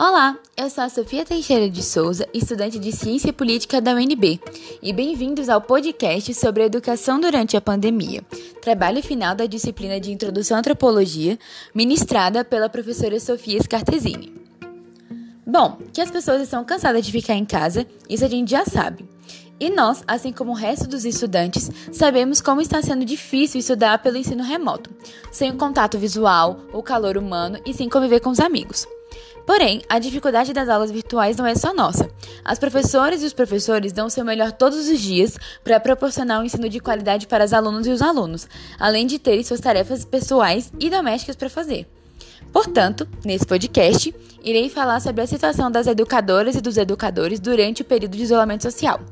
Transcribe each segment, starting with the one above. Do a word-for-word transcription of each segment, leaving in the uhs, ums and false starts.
Olá, eu sou a Sofia Teixeira de Souza, estudante de Ciência Política da U N B, e bem-vindos ao podcast sobre a educação durante a pandemia, trabalho final da disciplina de Introdução à Antropologia, ministrada pela professora Sofia Scartesini. Bom, que as pessoas estão cansadas de ficar em casa, isso a gente já sabe. E nós, assim como o resto dos estudantes, sabemos como está sendo difícil estudar pelo ensino remoto, sem o contato visual, o calor humano e sem conviver com os amigos. Porém, a dificuldade das aulas virtuais não é só nossa. As professoras e os professores dão o seu melhor todos os dias para proporcionar um ensino de qualidade para os alunos e os alunos, além de terem suas tarefas pessoais e domésticas para fazer. Portanto, nesse podcast, irei falar sobre a situação das educadoras e dos educadores durante o período de isolamento social.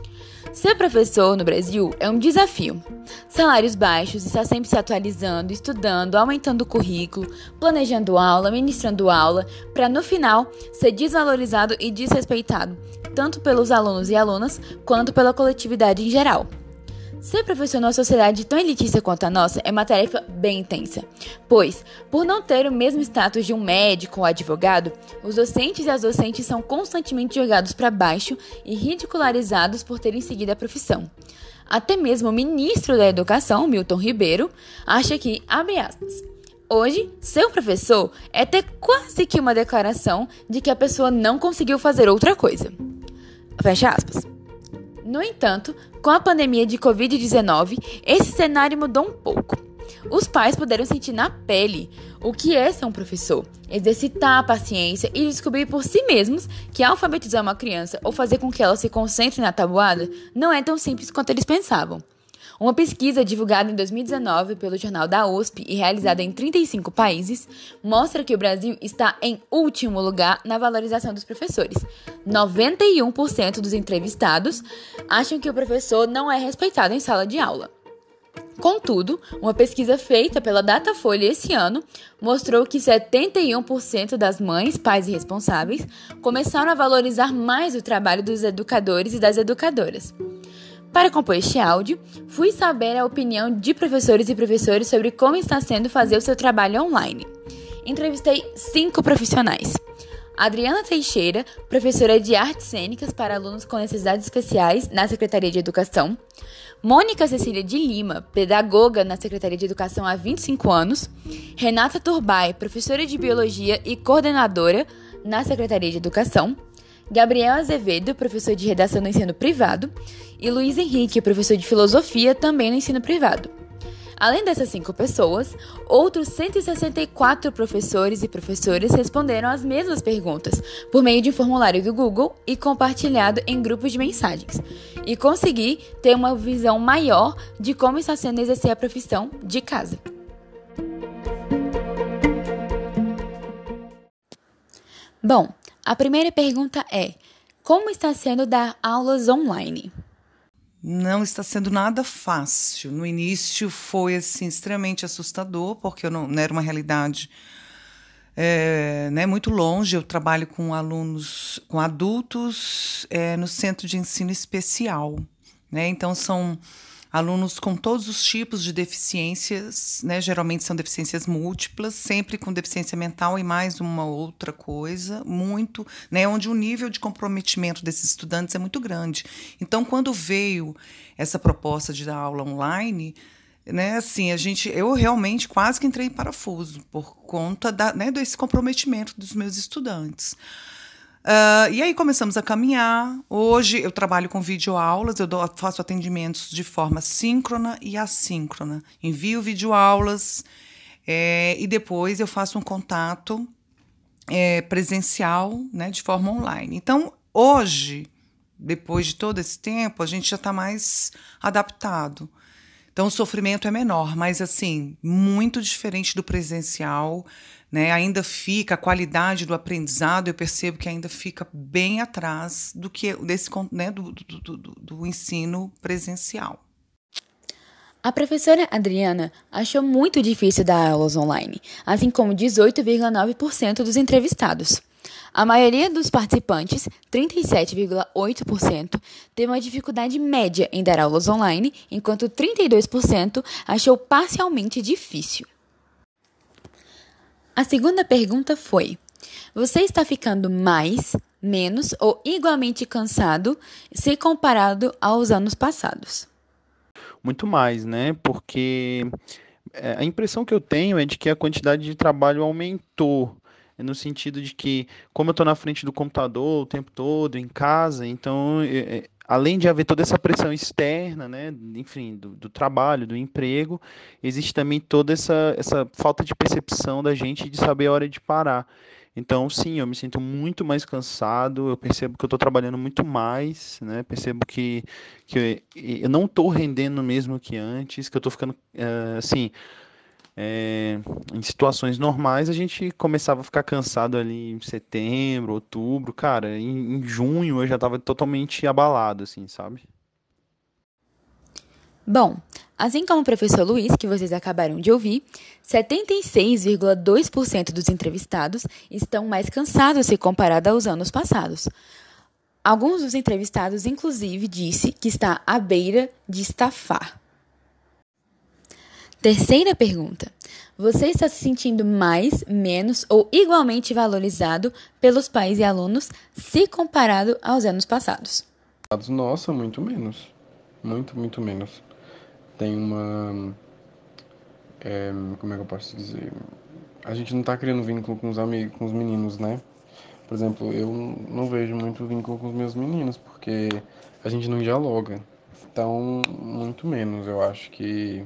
Ser professor no Brasil é um desafio. Salários baixos, está sempre se atualizando, estudando, aumentando o currículo, planejando aula, ministrando aula, para no final ser desvalorizado e desrespeitado, tanto pelos alunos e alunas, quanto pela coletividade em geral. Ser professor numa sociedade tão elitista quanto a nossa é uma tarefa bem intensa, pois, por não ter o mesmo status de um médico ou advogado, os docentes e as docentes são constantemente jogados para baixo e ridicularizados por terem seguido a profissão. Até mesmo o ministro da Educação, Milton Ribeiro, acha que, abre aspas, hoje, ser um professor é ter quase que uma declaração de que a pessoa não conseguiu fazer outra coisa. Fecha aspas. No entanto, com a pandemia de covid dezenove, esse cenário mudou um pouco. Os pais puderam sentir na pele o que é ser um professor, exercitar a paciência e descobrir por si mesmos que alfabetizar uma criança ou fazer com que ela se concentre na tabuada não é tão simples quanto eles pensavam. Uma pesquisa divulgada em dois mil e dezenove pelo jornal da U S P e realizada em trinta e cinco países mostra que o Brasil está em último lugar na valorização dos professores. noventa e um por cento dos entrevistados acham que o professor não é respeitado em sala de aula. Contudo, uma pesquisa feita pela Datafolha esse ano mostrou que setenta e um por cento das mães, pais e responsáveis começaram a valorizar mais o trabalho dos educadores e das educadoras. Para compor este áudio, fui saber a opinião de professores e professores sobre como está sendo fazer o seu trabalho online. Entrevistei cinco profissionais. Adriana Teixeira, professora de artes cênicas para alunos com necessidades especiais na Secretaria de Educação. Mônica Cecília de Lima, pedagoga na Secretaria de Educação há vinte e cinco anos. Renata Turbay, professora de Biologia e coordenadora na Secretaria de Educação. Gabriel Azevedo, professor de redação no ensino privado, e Luiz Henrique, professor de filosofia, também no ensino privado. Além dessas cinco pessoas, outros cento e sessenta e quatro professores e professoras responderam as mesmas perguntas por meio de um formulário do Google e compartilhado em grupos de mensagens, e consegui ter uma visão maior de como está sendo exercer a profissão de casa. Bom, a primeira pergunta é: como está sendo dar aulas online? Não está sendo nada fácil. No início foi assim, extremamente assustador, porque eu não, não era uma realidade é, né, muito longe. Eu trabalho com alunos, com adultos é, no Centro de Ensino Especial. Né? Então, são alunos com todos os tipos de deficiências, né? Geralmente são deficiências múltiplas, sempre com deficiência mental e mais uma outra coisa, muito, né? Onde o nível de comprometimento desses estudantes é muito grande. Então, quando veio essa proposta de dar aula online, né, assim, a gente, eu realmente quase que entrei em parafuso por conta da, né, desse comprometimento dos meus estudantes. Uh, e aí começamos a caminhar. Hoje eu trabalho com videoaulas, eu dou, faço atendimentos de forma síncrona e assíncrona. Envio videoaulas é, e depois eu faço um contato é, presencial, né, de forma online. Então, hoje, depois de todo esse tempo, a gente já está mais adaptado. Então, o sofrimento é menor, mas, assim, muito diferente do presencial, né? Ainda fica, a qualidade do aprendizado, eu percebo que ainda fica bem atrás do que desse, né, do, do, do, do ensino presencial. A professora Adriana achou muito difícil dar aulas online, assim como dezoito vírgula nove por cento dos entrevistados. A maioria dos participantes, trinta e sete vírgula oito por cento, teve uma dificuldade média em dar aulas online, enquanto trinta e dois por cento achou parcialmente difícil. A segunda pergunta foi: Você está ficando mais, menos ou igualmente cansado se comparado aos anos passados? Muito mais, né? Porque é, a impressão que eu tenho é de que a quantidade de trabalho aumentou. É no sentido de que, como eu estou na frente do computador o tempo todo, em casa, então, é, é, além de haver toda essa pressão externa, né, enfim, do, do trabalho, do emprego, existe também toda essa, essa falta de percepção da gente de saber a hora de parar. Então, sim, eu me sinto muito mais cansado, eu percebo que eu estou trabalhando muito mais, né? Percebo que, que eu não estou rendendo mesmo que antes, que eu estou ficando, eh, assim, é, em situações normais a gente começava a ficar cansado ali em setembro, outubro, cara, em, em junho eu já estava totalmente abalado, assim, sabe? Bom, assim como o professor Luiz, que vocês acabaram de ouvir, setenta e seis vírgula dois por cento dos entrevistados estão mais cansados se comparado aos anos passados. Alguns dos entrevistados, inclusive, disse que está à beira de estafar. Terceira pergunta. Você está se sentindo mais, menos ou igualmente valorizado pelos pais e alunos se comparado aos anos passados? Nossa, muito menos. Muito, muito menos. Tem uma... é, como é que eu posso dizer? A gente não tá criando vínculo com os amigos, com os meninos, né? Por exemplo, eu não vejo muito vínculo com os meus meninos, porque a gente não dialoga. Então, muito menos. Eu acho que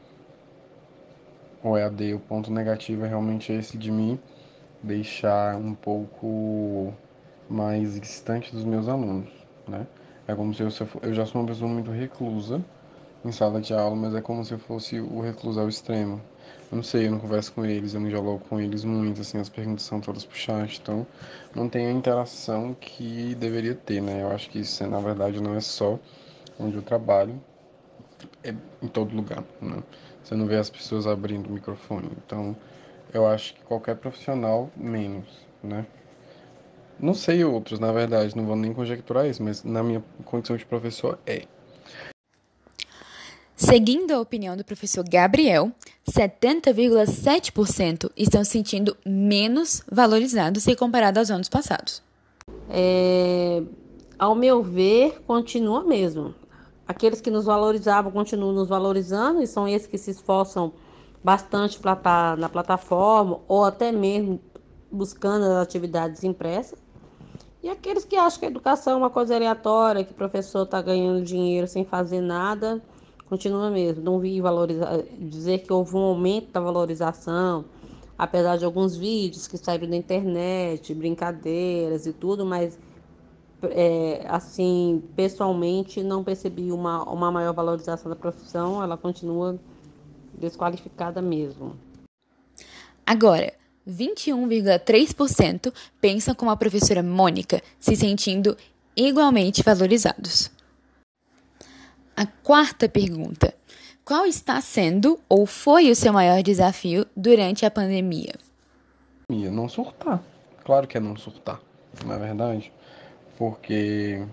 o E A D, o ponto negativo é realmente esse de me deixar um pouco mais distante dos meus alunos, né? É como se eu, se eu for- eu já sou uma pessoa muito reclusa em sala de aula, mas é como se eu fosse o recluso ao extremo. Eu não sei, eu não converso com eles, eu não dialogo com eles muito, assim, as perguntas são todas pro chat, então não tem a interação que deveria ter, né? Eu acho que isso, na verdade, não é só onde eu trabalho, é em todo lugar, né? Você não vê as pessoas abrindo o microfone, então eu acho que qualquer profissional menos, né? Não sei outros, na verdade, não vou nem conjecturar isso, mas na minha condição de professor é. Seguindo a opinião do professor Gabriel, setenta vírgula sete por cento estão se sentindo menos valorizados se comparado aos anos passados. É, ao meu ver, continua mesmo. Aqueles que nos valorizavam continuam nos valorizando e são esses que se esforçam bastante para estar na plataforma ou até mesmo buscando as atividades impressas. E aqueles que acham que a educação é uma coisa aleatória, que o professor está ganhando dinheiro sem fazer nada, continua mesmo. Não vi valorizar, dizer que houve um aumento da valorização, apesar de alguns vídeos que saíram da internet, brincadeiras e tudo, mas é, assim, pessoalmente não percebi uma, uma maior valorização da profissão, ela continua desqualificada mesmo. Agora, vinte e um vírgula três por cento pensam como a professora Mônica, se sentindo igualmente valorizados. A quarta pergunta. Qual está sendo ou foi o seu maior desafio durante a pandemia? Não surtar. Claro que é não surtar, não é verdade? Porque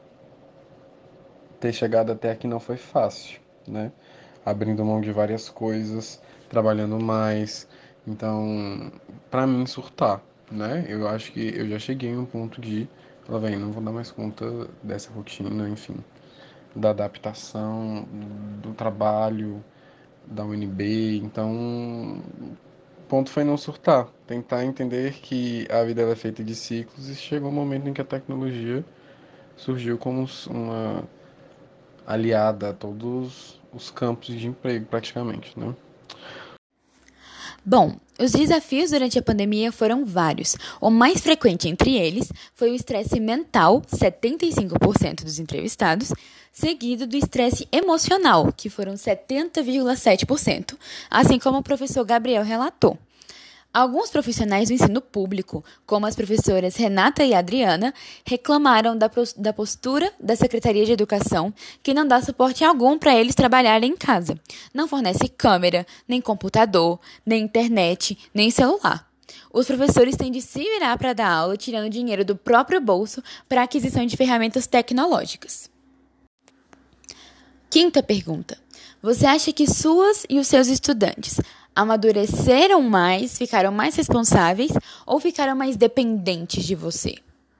ter chegado até aqui não foi fácil, né? Abrindo mão de várias coisas, trabalhando mais. Então, pra mim, surtar, né? Eu acho que eu já cheguei em um ponto de, falar, velho, não vou dar mais conta dessa rotina, enfim, da adaptação, do trabalho, da U N B. Então, o ponto foi não surtar, tentar entender que a vida ela é feita de ciclos e chegou um momento em que a tecnologia surgiu como uma aliada a todos os campos de emprego, praticamente, né? Bom, os desafios durante a pandemia foram vários. O mais frequente entre eles foi o estresse mental, setenta e cinco por cento dos entrevistados, seguido do estresse emocional, que foram setenta vírgula sete por cento, assim como o professor Gabriel relatou. Alguns profissionais do ensino público, como as professoras Renata e Adriana, reclamaram da, da postura da Secretaria de Educação, que não dá suporte algum para eles trabalharem em casa. Não fornece câmera, nem computador, nem internet, nem celular. Os professores têm de se virar para dar aula, tirando dinheiro do próprio bolso para a aquisição de ferramentas tecnológicas. Quinta pergunta. Você acha que suas e os seus estudantes Amadureceram mais, ficaram mais responsáveis ou ficaram mais dependentes de você?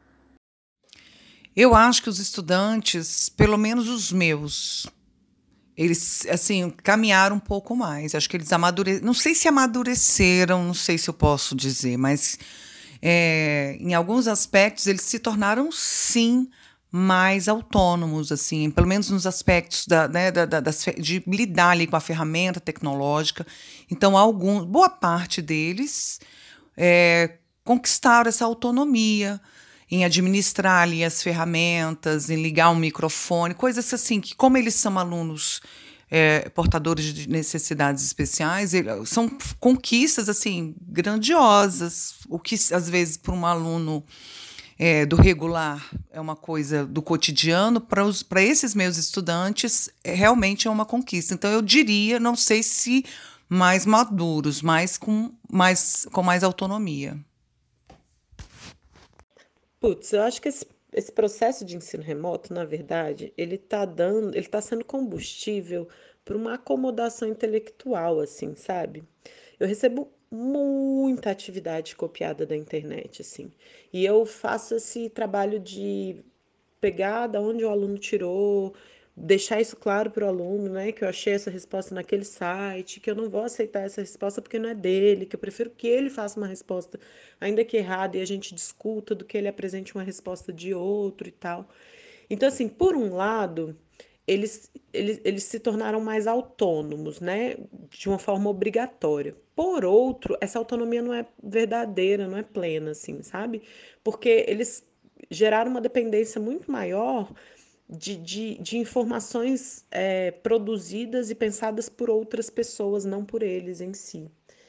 Eu acho que os estudantes, pelo menos os meus, eles, assim, caminharam um pouco mais. Acho que eles amadureceram. Não sei se amadureceram, não sei se eu posso dizer, mas é, em alguns aspectos eles se tornaram, sim, mais autônomos, assim, pelo menos nos aspectos da, né, da, da, das, de lidar ali com a ferramenta tecnológica. Então, algum, boa parte deles é, conquistaram essa autonomia em administrar ali as ferramentas, em ligar um microfone, coisas assim, que como eles são alunos é, portadores de necessidades especiais, ele, são conquistas assim grandiosas, o que às vezes para um aluno é, do regular é uma coisa do cotidiano, para esses meus estudantes é, realmente é uma conquista. Então eu diria, não sei se mais maduros, mas com mais, com mais autonomia. Putz, eu acho que esse, esse processo de ensino remoto, na verdade, ele está dando, ele está sendo combustível para uma acomodação intelectual, assim, sabe? Eu recebo muita atividade copiada da internet, assim, e eu faço esse trabalho de pegar da onde o aluno tirou, deixar isso claro para o aluno, né, que eu achei essa resposta naquele site, que eu não vou aceitar essa resposta porque não é dele, que eu prefiro que ele faça uma resposta, ainda que errada, e a gente discuta do que ele apresente uma resposta de outro e tal. Então, assim, por um lado, eles, eles, eles se tornaram mais autônomos, né, de uma forma obrigatória. Por outro, essa autonomia não é verdadeira, não é plena, assim, sabe? Porque eles geraram uma dependência muito maior de, de, de informações é, produzidas e pensadas por outras pessoas, não por eles em si.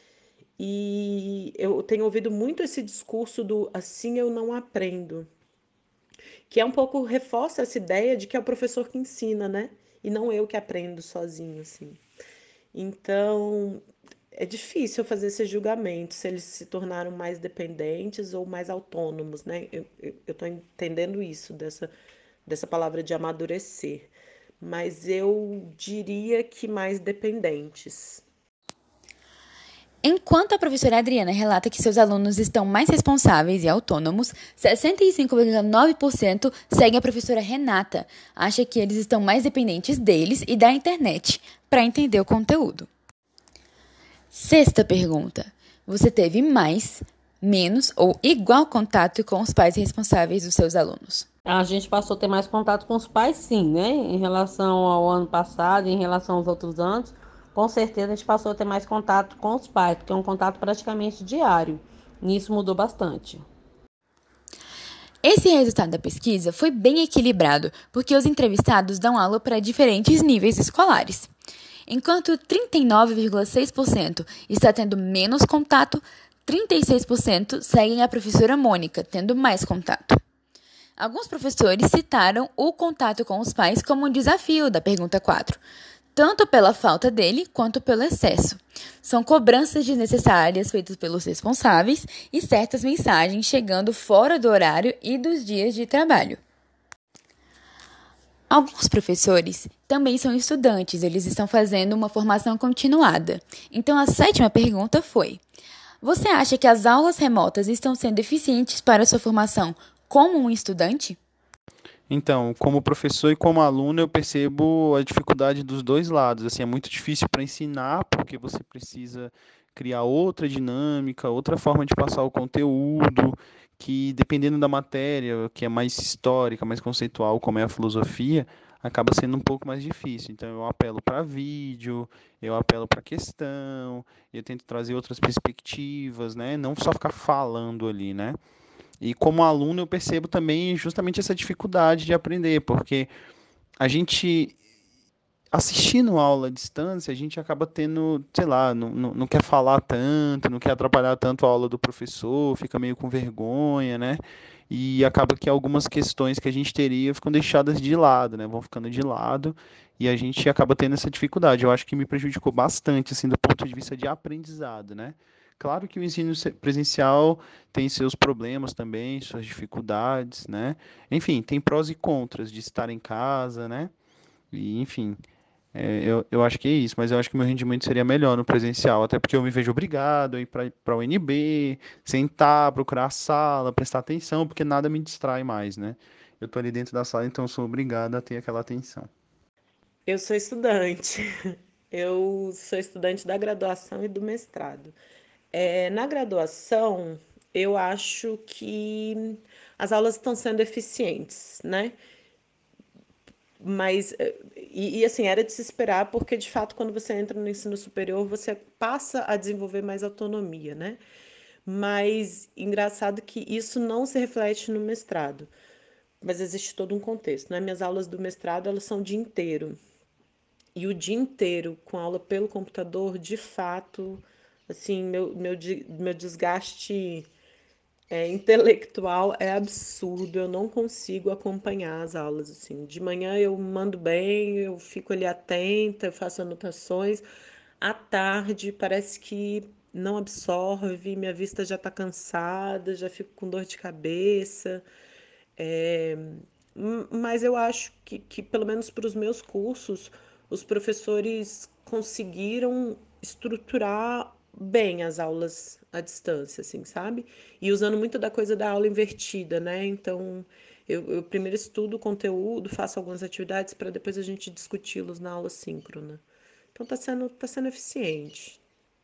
E eu tenho ouvido muito esse discurso do assim eu não aprendo, que é um pouco reforça essa ideia de que é o professor que ensina, né? E não eu que aprendo sozinho, assim. Então, é difícil fazer esse julgamento, se eles se tornaram mais dependentes ou mais autônomos, né? Eu estou entendendo isso, dessa, dessa palavra de amadurecer. Mas eu diria que mais dependentes. Enquanto a professora Adriana relata que seus alunos estão mais responsáveis e autônomos, sessenta e cinco vírgula nove por cento seguem a professora Renata, acha que eles estão mais dependentes deles e da internet para entender o conteúdo. Sexta pergunta. Você teve mais, menos ou igual contato com os pais responsáveis dos seus alunos? A gente passou a ter mais contato com os pais, sim, né? Em relação ao ano passado, em relação aos outros anos, com certeza a gente passou a ter mais contato com os pais, porque é um contato praticamente diário. E isso mudou bastante. Esse resultado da pesquisa foi bem equilibrado, porque os entrevistados dão aula para diferentes níveis escolares. Enquanto trinta e nove vírgula seis por cento está tendo menos contato, trinta e seis por cento seguem a professora Mônica, tendo mais contato. Alguns professores citaram o contato com os pais como um desafio da pergunta quatro, tanto pela falta dele quanto pelo excesso. São cobranças desnecessárias feitas pelos responsáveis e certas mensagens chegando fora do horário e dos dias de trabalho. Alguns professores também são estudantes, eles estão fazendo uma formação continuada. Então, a sétima pergunta foi: você acha que as aulas remotas estão sendo eficientes para a sua formação como um estudante? Então, como professor e como aluno, eu percebo a dificuldade dos dois lados. Assim, é muito difícil para ensinar, porque você precisa criar outra dinâmica, outra forma de passar o conteúdo, que dependendo da matéria, que é mais histórica, mais conceitual, como é a filosofia, acaba sendo um pouco mais difícil. Então, eu apelo para vídeo, eu apelo para questão, eu tento trazer outras perspectivas, né? Não só ficar falando ali, né? E como aluno eu percebo também justamente essa dificuldade de aprender, porque a gente assistindo aula à distância, a gente acaba tendo, sei lá, não, não, não quer falar tanto, não quer atrapalhar tanto a aula do professor, fica meio com vergonha, né? E acaba que algumas questões que a gente teria ficam deixadas de lado, né? Vão ficando de lado e a gente acaba tendo essa dificuldade. Eu acho que me prejudicou bastante, assim, do ponto de vista de aprendizado, né? Claro que o ensino se- presencial tem seus problemas também, suas dificuldades, né? Enfim, tem prós e contras de estar em casa, né? E, enfim, É, eu, eu acho que é isso, mas eu acho que meu rendimento seria melhor no presencial, até porque eu me vejo obrigado a ir para o N B, sentar, procurar a sala, prestar atenção, porque nada me distrai mais, né? Eu tô ali dentro da sala, então eu sou obrigado a ter aquela atenção. Eu sou estudante. Eu sou estudante da graduação e do mestrado. É, na graduação, eu acho que as aulas estão sendo eficientes, né? Mas, eh, e, e, assim, era de se esperar, porque de fato, quando você entra no ensino superior, você passa a desenvolver mais autonomia, né? Mas engraçado que isso não se reflete no mestrado. Mas existe todo um contexto, né? Minhas aulas do mestrado, elas são o dia inteiro. E o dia inteiro com aula pelo computador, de fato, assim, meu, meu, meu desgaste é, intelectual é absurdo, eu não consigo acompanhar as aulas, assim. De manhã eu mando bem, eu fico ali atenta, eu faço anotações. À tarde parece que não absorve, minha vista já está cansada, já fico com dor de cabeça. É, mas eu acho que, que, pelo menos para os meus cursos, os professores conseguiram estruturar bem as aulas à distância, assim, sabe? E usando muito da coisa da aula invertida, né? Então, eu, eu primeiro estudo o conteúdo, faço algumas atividades para depois a gente discuti-los na aula síncrona. Então, tá sendo, tá sendo eficiente.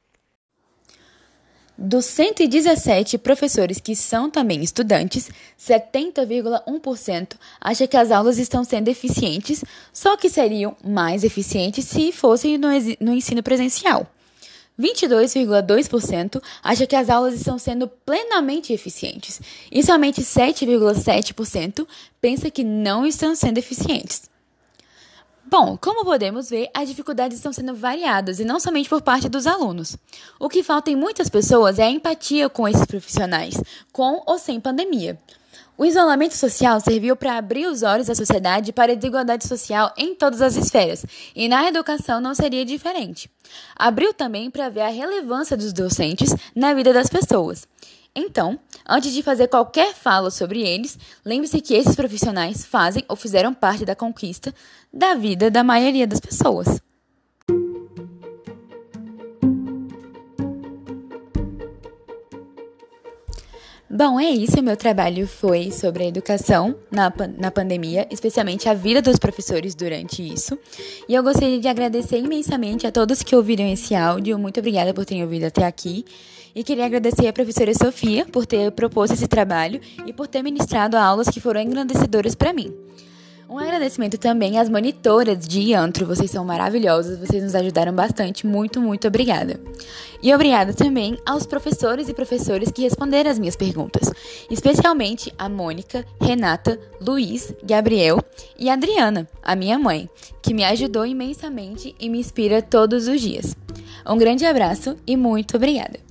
Dos cento e dezessete professores que são também estudantes, setenta vírgula um por cento acha que as aulas estão sendo eficientes, só que seriam mais eficientes se fossem no, no ensino presencial. vinte e dois vírgula dois por cento acha que as aulas estão sendo plenamente eficientes e somente sete vírgula sete por cento pensa que não estão sendo eficientes. Bom, como podemos ver, as dificuldades estão sendo variadas e não somente por parte dos alunos. O que falta em muitas pessoas é a empatia com esses profissionais, com ou sem pandemia. O isolamento social serviu para abrir os olhos da sociedade para a desigualdade social em todas as esferas, e na educação não seria diferente. Abriu também para ver a relevância dos docentes na vida das pessoas. Então, antes de fazer qualquer fala sobre eles, lembre-se que esses profissionais fazem ou fizeram parte da conquista da vida da maioria das pessoas. Bom, é isso. Meu trabalho foi sobre a educação na, na pandemia, especialmente a vida dos professores durante isso. E eu gostaria de agradecer imensamente a todos que ouviram esse áudio. Muito obrigada por terem ouvido até aqui. E queria agradecer à professora Sofia por ter proposto esse trabalho e por ter ministrado aulas que foram engrandecedoras para mim. Um agradecimento também às monitoras de Antro, vocês são maravilhosas, vocês nos ajudaram bastante, muito, muito obrigada. E obrigada também aos professores e professores que responderam as minhas perguntas, especialmente a Mônica, Renata, Luiz, Gabriel e Adriana, a minha mãe, que me ajudou imensamente e me inspira todos os dias. Um grande abraço e muito obrigada.